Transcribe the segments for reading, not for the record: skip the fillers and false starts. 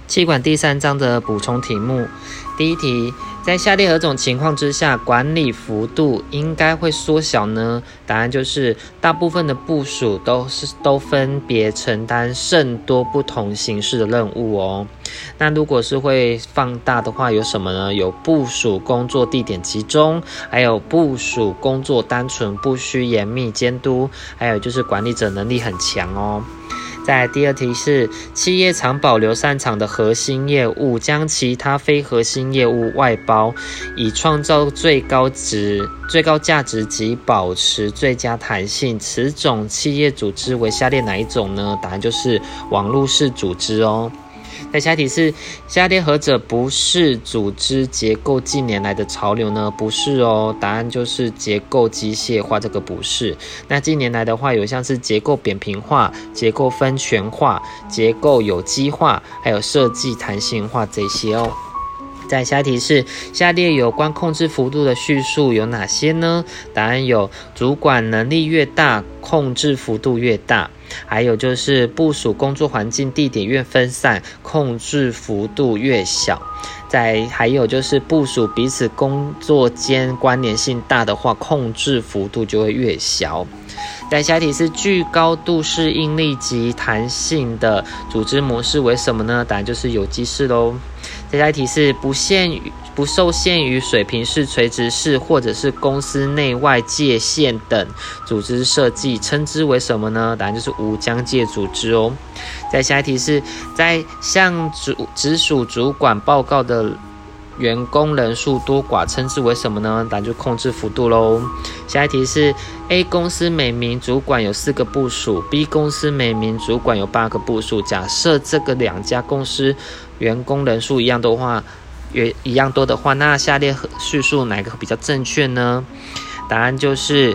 企管第3章的补充题目，第一题，在下列何种情况之下，管理幅度应该会缩小呢？答案就是大部分的部属都分别承担甚多不同形式的任务哦。那如果是会放大的话，有什么呢？有部属工作地点集中，还有部属工作单纯，不需严密监督，还有就是管理者能力很强哦。再来第二题是，企业常保留擅长的核心业务，将其他非核心业务外包，以创造最高价值及保持最佳弹性。此种企业组织为下列哪一种呢？答案就是网络式组织哦。在下一题是，下列何者不是组织结构近年来的潮流呢？不是哦，答案就是结构机械化，这个不是。那近年来的话，有像是结构扁平化、结构分权化、结构有机化，还有设计弹性化这些哦。在下一题是，下列有关控制幅度的叙述有哪些呢？答案有主管能力越大，控制幅度越大，还有就是部属工作环境地点越分散，控制幅度越小。还有就是部属彼此工作间关联性大的话，控制幅度就会越小。在下一题是，具高度适应力及弹性的组织模式为什么呢？答案就是有机式咯。再下一题是，不受限于水平式、垂直式或者是公司内外界限等组织设计，称之为什么呢？答案就是无疆界组织哦。再下一题是，在向直属主管报告的员工人数多寡，称之为什么呢？答案就控制幅度咯。下一题是 A 公司每名主管有4个部属， B 公司每名主管有8个部属。假设这个2家公司员工人数一样多的话，那下列叙述哪个比较正确呢？答案就是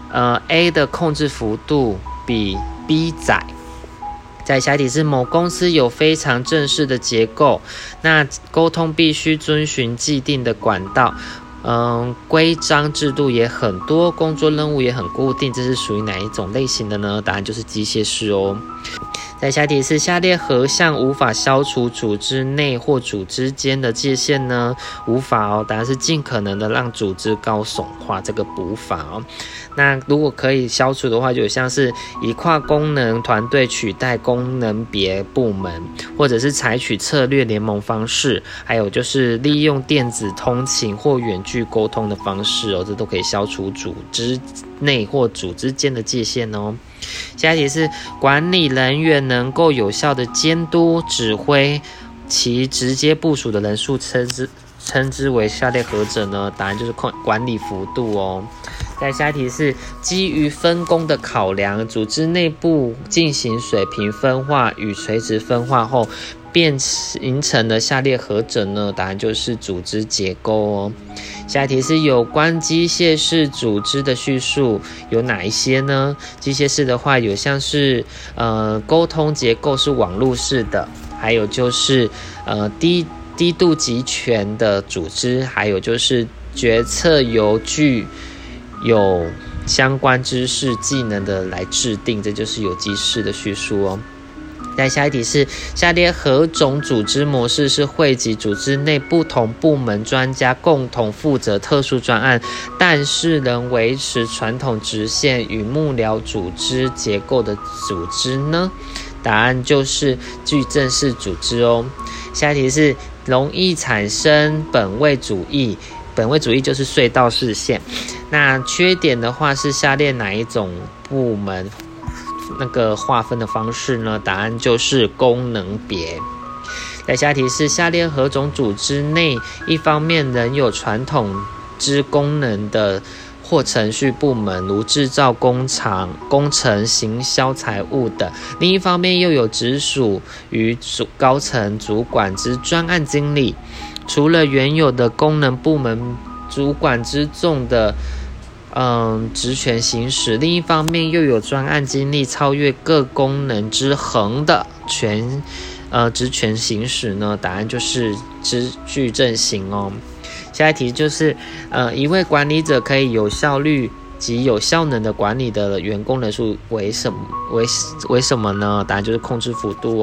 A 的控制幅度比 B 窄。在下一题是，某公司有非常正式的结构，那沟通必须遵循既定的管道，规章制度也很多，工作任务也很固定，这是属于哪一种类型的呢？答案就是机械式哦。在下一题是，下列何项无法消除组织内或组织间的界限呢？无法哦，答案是尽可能的让组织高耸化，这个无法哦。那如果可以消除的话，就像是以跨功能团队取代功能别部门，或者是采取策略联盟方式，还有就是利用电子通勤或远距沟通的方式哦，这都可以消除组织内或组织间的界限哦。下一题是，管理人员能够有效的监督指挥其直接部属的人数，称之为下列何者呢？答案就是管理幅度哦。再下一题是，基于分工的考量，组织内部进行水平分化与垂直分化后，便形成了下列何者呢？答案就是组织结构哦。下一题是，有关机械式组织的叙述有哪一些呢？机械式的话，有像是沟通结构是网络式的，还有就是低度集权的组织，还有就是决策由具有相关知识技能的来制定，这就是有机式的叙述哦。再下一题是，下列何种组织模式是汇集组织内不同部门专家共同负责特殊专案，但是仍维持传统直线与幕僚组织结构的组织呢？答案就是矩阵式组织哦。下一题是，容易产生本位主义，本位主义就是隧道式线。那缺点的话是下列哪一种部门那个划分的方式呢？答案就是功能别。再下题是，下列何种组织内一方面仍有传统之功能的或程序部门，如制造工厂、工程、行销、财务等，另一方面又有直属于高层主管之专案经理，除了原有的功能部门主管之重的职权行使，另一方面又有专案经历超越各功能之横的职权行使呢？答案就是矩阵型哦。下一题就是一位管理者可以有效率及有效能的管理的员工人数为什么呢？答案就是控制幅度哦。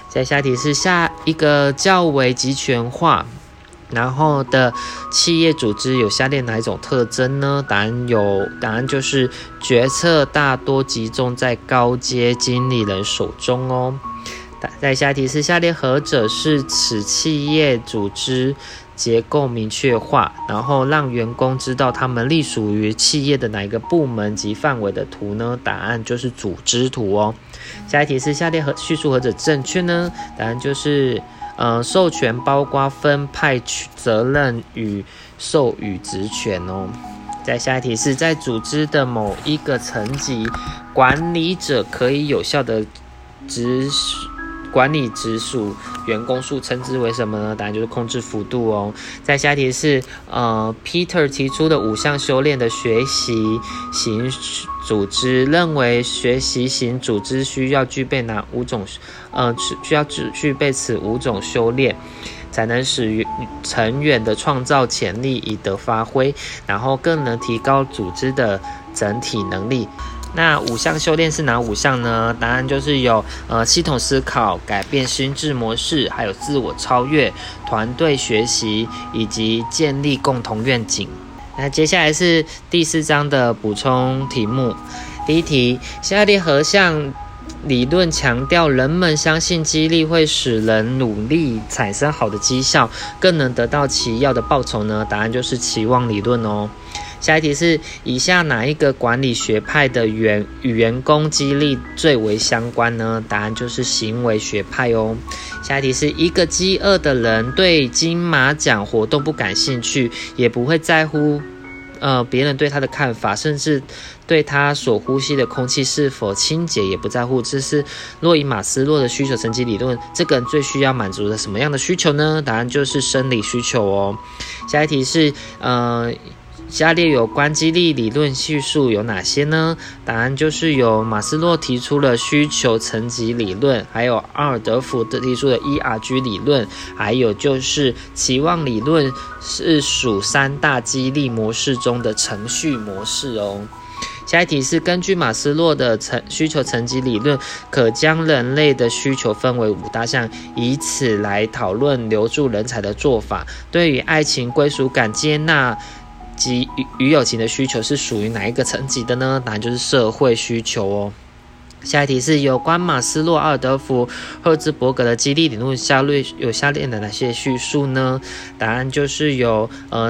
在下一题是下一个较为集权化然后的企业组织有下列哪一种特征呢？答案就是决策大多集中在高阶经理人手中哦。在下一题是下列何者是此企业组织结构明确化，然后让员工知道他们隶属于企业的哪一个部门及范围的图呢？答案就是组织图哦。下一题是下列叙述何者正确呢？答案就是授权包括分派责任与授予职权哦。在下一题是在组织的某一个层级，管理者可以有效的管理直属员工数，称之为什么呢？答案就是控制幅度哦。在下一题是Peter 提出的5项修炼的学习型组织，认为学习型组织需要具备哪5种？需要具备此5种修炼，才能使成员的创造潜力以得发挥，然后更能提高组织的整体能力。那5项修炼是哪5项呢？答案就是有系统思考、改变心智模式，还有自我超越、团队学习以及建立共同愿景。那接下来是第4章的补充题目。第一题，下列何项理论强调人们相信激励会使人努力产生好的绩效，更能得到其要的报酬呢？答案就是期望理论哦。下一题是以下哪一个管理学派的与员工激励最为相关呢？答案就是行为学派哦。下一题是一个饥饿的人对金马奖活动不感兴趣，也不会在乎别人对他的看法，甚至对他所呼吸的空气是否清洁也不在乎。这是洛伊马斯洛的需求层级理论，这个人最需要满足的什么样的需求呢？答案就是生理需求哦。下一题是下列有关激励理论叙述有哪些呢？答案就是有马斯洛提出了需求层级理论，还有阿尔德福提出的 ERG 理论，还有就是期望理论是属3大激励模式中的程序模式哦。下一题是根据马斯洛的需求层级理论，可将人类的需求分为5大项，以此来讨论留住人才的做法。对于爱情、归属感、接纳及与友情的需求是属于哪一个层级的呢？答案就是社会需求哦。下一题是有关马斯洛、阿尔德福、赫兹伯格的激励理论有下列的哪些叙述呢？答案就是有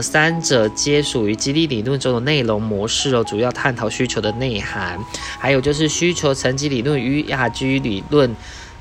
3者皆属于激励理论中的内容模式哦，主要探讨需求的内涵。还有就是需求层级理论与ERG理论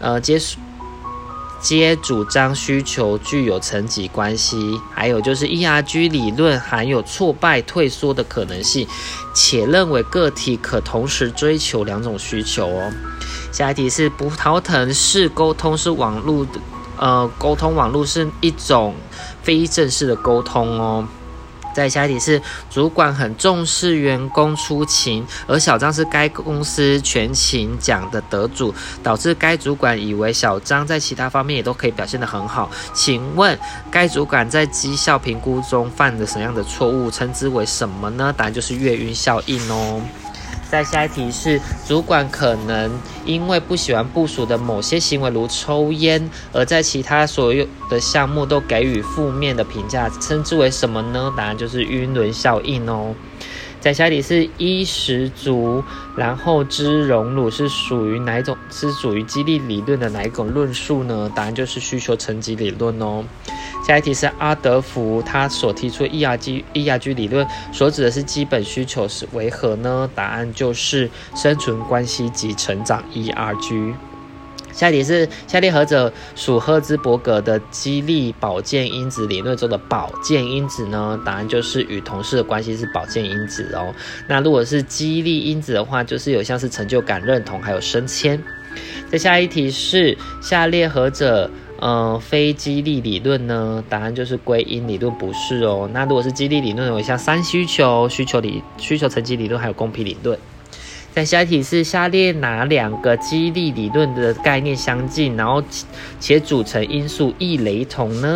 皆主张需求具有层级关系，还有就是 ERG 理论含有挫败退缩的可能性，且认为个体可同时追求2种需求哦。下一题是葡萄藤式沟通是网络沟通网络是一种非正式的沟通哦。再下一题是主管很重视员工出勤，而小张是该公司全勤奖的得主，导致该主管以为小张在其他方面也都可以表现得很好。请问该主管在绩效评估中犯了什么样的错误，称之为什么呢？答案就是月晕效应哦。再下一题是主管可能因为不喜欢部属的某些行为如抽烟，而在其他所有的项目都给予负面的评价，称之为什么呢？答案就是晕轮效应哦。再下一题是衣食足，然后知荣辱是属于哪一种？是属于激励理论的哪一种论述呢？答案就是需求层级理论哦。下一题是阿德福他所提出的 ERG 理论所指的是基本需求是为何呢？答案就是生存关系及成长 ERG。下一题是下列何者属赫兹伯格的激励保健因子理论中的保健因子呢？答案就是与同事的关系是保健因子哦。那如果是激励因子的话，就是有像是成就感、认同还有升迁。再下一题是下列何者非激励理论呢？答案就是归因理论不是哦。那如果是激励理论，有像3需求、需求层级理论还有公平理论。再下一题是下列哪2个激励理论的概念相近，然后且组成因素亦雷同呢？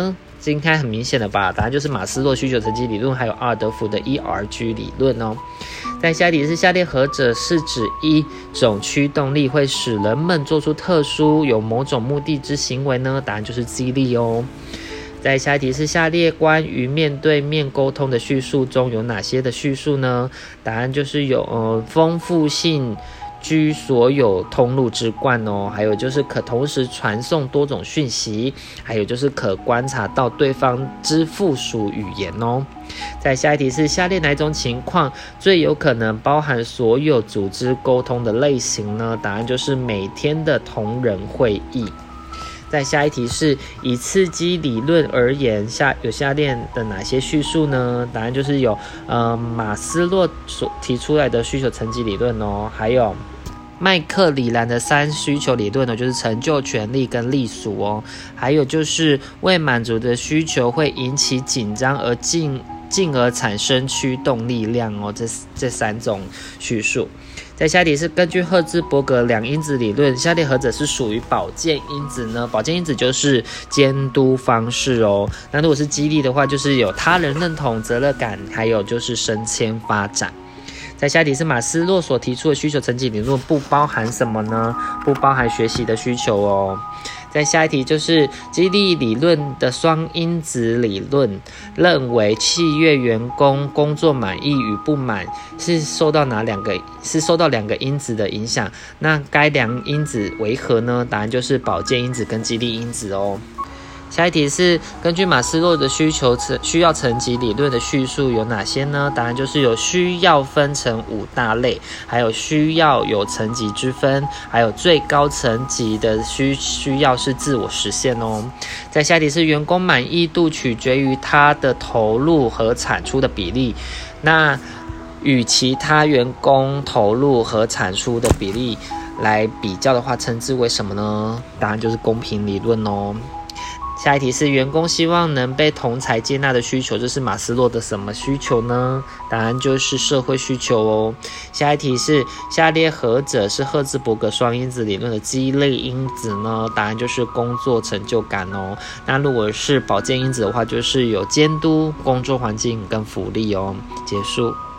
这应该很明显了吧？答案就是马斯洛需求层级理论，还有阿尔德福的 ERG 理论哦。在下一题是下列何者是指一种驱动力会使人们做出特殊有某种目的之行为呢？答案就是激励哦。在下一题是下列关于面对面沟通的叙述中有哪些的叙述呢？答案就是有丰富性居所有通路之冠哦，还有就是可同时传送多种讯息，还有就是可观察到对方之附属语言哦。在下一题是下列哪一种情况最有可能包含所有组织沟通的类型呢？答案就是每天的同仁会议。在下一题是以刺激理论而言，有下列的哪些叙述呢？答案就是有马斯洛所提出来的需求层级理论哦，还有麦克里兰的3需求理论呢，就是成就、权力跟隶属哦，还有就是未满足的需求会引起紧张而进而产生驱动力量哦，这3种叙述。在下一题是根据赫兹伯格2因子理论，下列何者是属于保健因子呢？保健因子就是监督方式哦。那如果是激励的话，就是有他人认同、责任感，还有就是升迁发展。在下一题是马斯洛所提出的需求层级理论不包含什么呢？不包含学习的需求哦。在下一题就是激励理论的双因子理论，认为企业员工工作满意与不满是受到两个因子的影响。那该2因子为何呢？答案就是保健因子跟激励因子哦。下一题是根据马斯洛的需要层级理论的叙述有哪些呢？答案就是有需要分成5大类，还有需要有层级之分，还有最高层级的需要是自我实现哦。在下一题是员工满意度取决于他的投入和产出的比例，那与其他员工投入和产出的比例来比较的话，称之为什么呢？答案就是公平理论哦。下一题是员工希望能被同侪接纳的需求，这是马斯洛的什么需求呢？答案就是社会需求哦。下一题是下列何者是赫兹伯格双因子理论的激励因子呢？答案就是工作成就感哦。那如果是保健因子的话，就是有监督、工作环境跟福利哦。结束。